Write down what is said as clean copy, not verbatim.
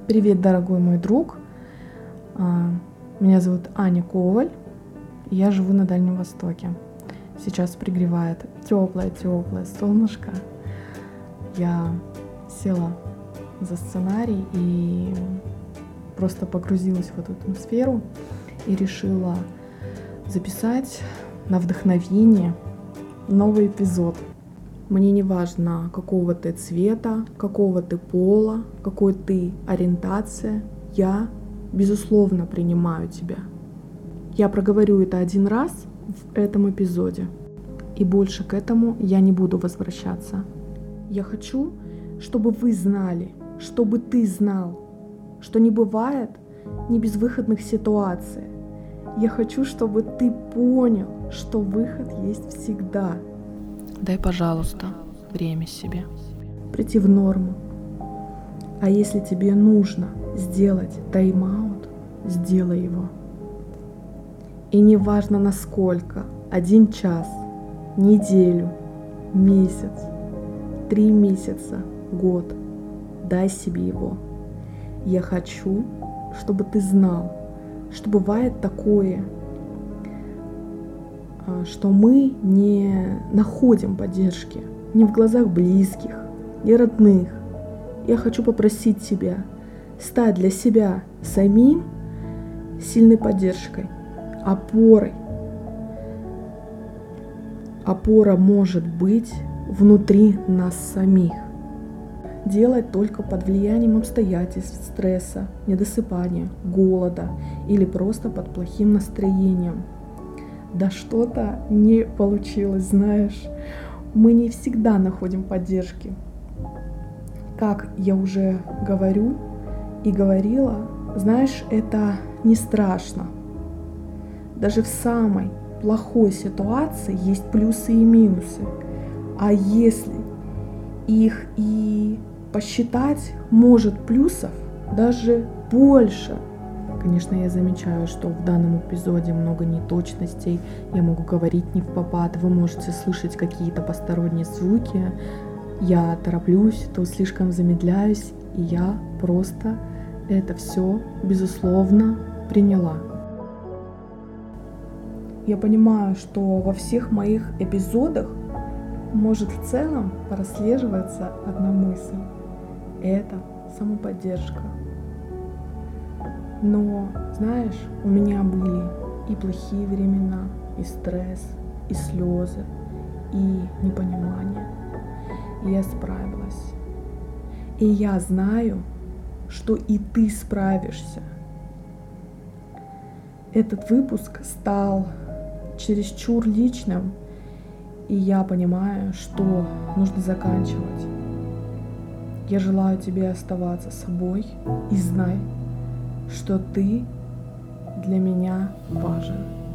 Привет, дорогой мой друг. Меня зовут Аня Коваль, и я живу на Дальнем Востоке. Сейчас пригревает теплое солнышко. Я села за сценарий и просто погрузилась в эту атмосферу и решила записать на вдохновение новый эпизод. Мне не важно, какого ты цвета, какого ты пола, какой ты ориентация. Я, безусловно, принимаю тебя. Я проговорю это один раз в этом эпизоде. И больше к этому я не буду возвращаться. Я хочу, чтобы вы знали, чтобы ты знал, что не бывает ни безвыходных ситуаций. Я хочу, чтобы ты понял, что выход есть всегда. Дай, пожалуйста, время себе. Прийти в норму. А если тебе нужно сделать тайм-аут, сделай его. И не важно насколько, 1 час, неделю, месяц, 3 месяца, год, дай себе его. Я хочу, чтобы ты знал, что бывает такое, что мы не находим поддержки ни в глазах близких, ни родных. Я хочу попросить тебя стать для себя самим сильной поддержкой, опорой. Опора может быть внутри нас самих. Делать только под влиянием обстоятельств, стресса, недосыпания, голода или просто под плохим настроением. Да что-то не получилось, знаешь. Мы не всегда находим поддержки. Как я уже говорю и говорила, знаешь, это не страшно. Даже в самой плохой ситуации есть плюсы и минусы. А если их и посчитать, может плюсов даже больше. Конечно, я замечаю, что в данном эпизоде много неточностей, я могу говорить не впопад, вы можете слышать какие-то посторонние звуки, я тороплюсь, то слишком замедляюсь, и я просто это все, безусловно, приняла. Я понимаю, что во всех моих эпизодах может в целом прослеживаться одна мысль. Это самоподдержка. Но, знаешь, у меня были и плохие времена, и стресс, и слезы, и непонимание. И я справилась. И я знаю, что и ты справишься. Этот выпуск стал чересчур личным, и я понимаю, что нужно заканчивать. Я желаю тебе оставаться собой и знай, что ты для меня важен.